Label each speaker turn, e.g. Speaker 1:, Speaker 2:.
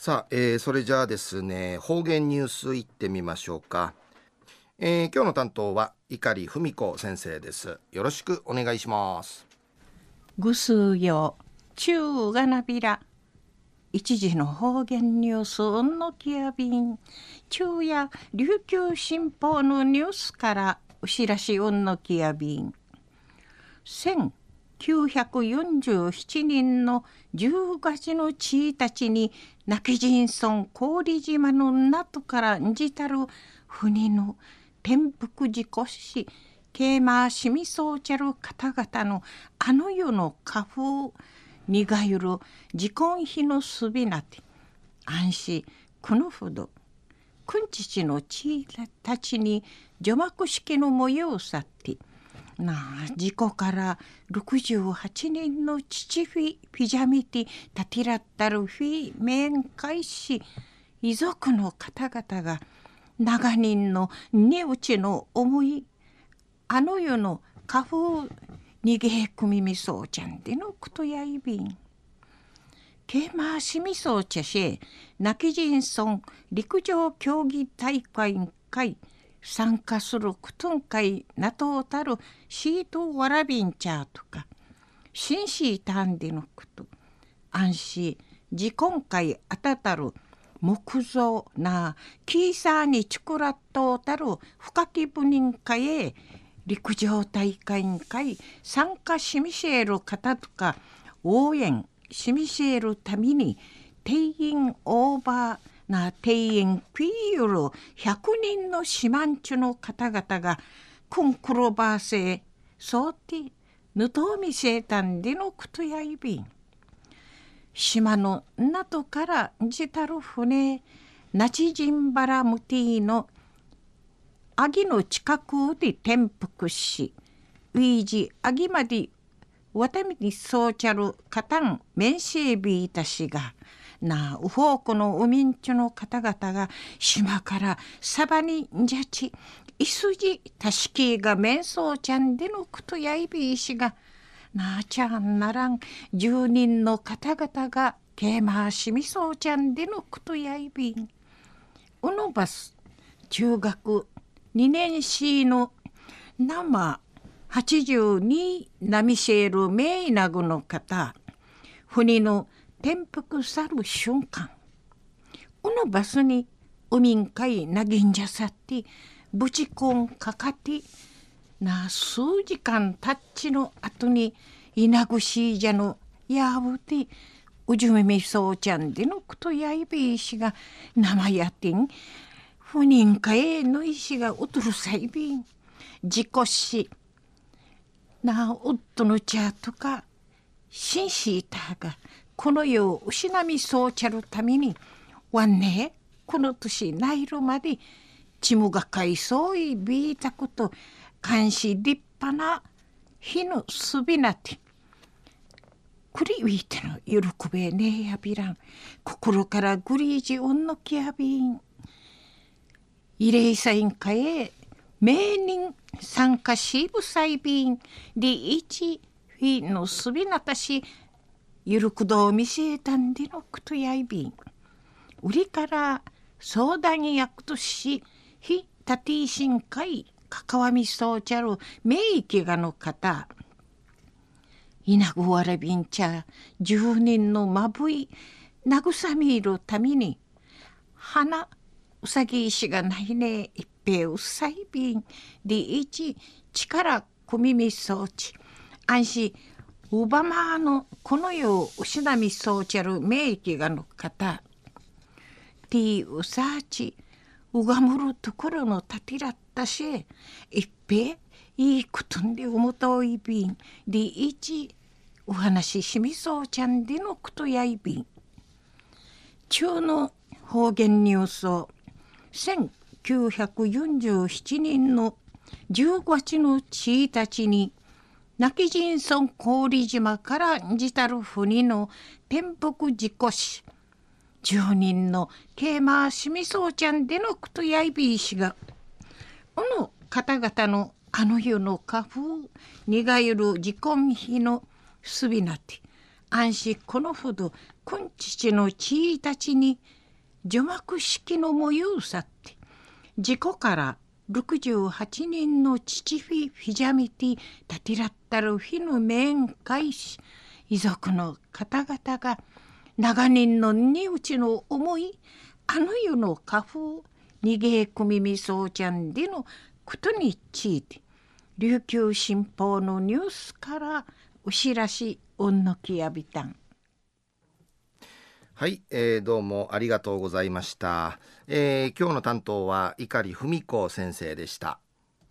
Speaker 1: さあ、それじゃあですね、方言ニュースいってみましょうか。今日の担当は碇文子先生です。よろしくお願いします。
Speaker 2: ぐすよ中がなびら一時の方言ニュースうんのきやびん昼夜琉球新報のニュースからお知らしうんのきやびん1947年の10月の1日に亡き人村郡島の港からんじたる船の転覆事故しケーマーしみそうちゃる方々のあの世の家風にがゆる自婚費のすびなて安心くのほどくんちちのちたちに除幕式の模様さって事故から68年の父フィジャミティタティラッタルフィ面会し遺族の方々が長年の値打ちの思いあの世の家風逃げ組みそうちゃんでのことやいびんけましみそうちゃし亡き人村陸上競技大会会参加するクトン会なとたるシートわらびんちゃとか紳士たんでのこと安心自今回あたたる木造なキーサーにちくらっとたる深き部人会へ陸上大会委員会参加しみせえる方とか応援しみせえるために定員オーバーな定員ピーユル100人の四万中の方々がくんくろばせそうてぬとみせたんでのことやいびん島の港からじたる船なちじんばらむてぃのアギの近くで転覆し、ウィージアギまでわたみにそうちゃるかたん面せびいたしが、なウフォークのウミンチュの方々が島からサバにんじゃち、いすじたしきが面そうちゃんでのことやいびいしが、なあちゃんならん10人の方々がけましみそうちゃんでのことやいびん。うのばす中学2年生の生82ナミシェルメイナグの方船の転覆さる瞬間このバスにウミンカイなぎんじゃさってぶちこんかかってな数時間たっちの後にいなぐしいじゃのやぶてうじゅめみそうちゃんでのことやいびいしが生やってん不人かえの石がうとるさいびん自己死な夫の茶とか紳士いたがこの世を失みそうちゃるためにわんねこの年ないるまでちむがかいそういびいたこと監視立派な日のすびなてくりウィーての喜べねえやびらん心からグリージオンのきやびん慰霊祭委員会へ名人参加しぶさいびんで一フィのすびなたしゆるくどう見せたんでのくとやいびん売りから相談役とし非タティシン会関わみそうちゃる名域がの方いなぐわらびんちゃ10人のまぶい慰みるために花うさぎ石がないね一平うさいびんで一力くみみそうち安心うばまのこの世を失みそうちゃる名域がの方ティうさちうがむるところのたてらったし一平いいことんでおもといびんで一お話ししみそうちゃんでのことやいびん中の方言ニュースを1947年の10月の1日に亡き人村郡島からじたる船の転覆事故死10人のケーマーしみそうちゃんでのことやいびいしがこの方々のあの世の家風にがゆる自婚費のすびなて安心このほど君父の地位たちに除幕式の模様さって事故から68人の父フィジャミティ立てらったる日の面会し遺族の方々が長年の荷打ちの思いあの世の家風逃げ込みみそうちゃんでのことについて琉球新報のニュースからお知らしおんのきやびたん。
Speaker 1: はい、どうもありがとうございました。今日の担当は碇文子先生でした。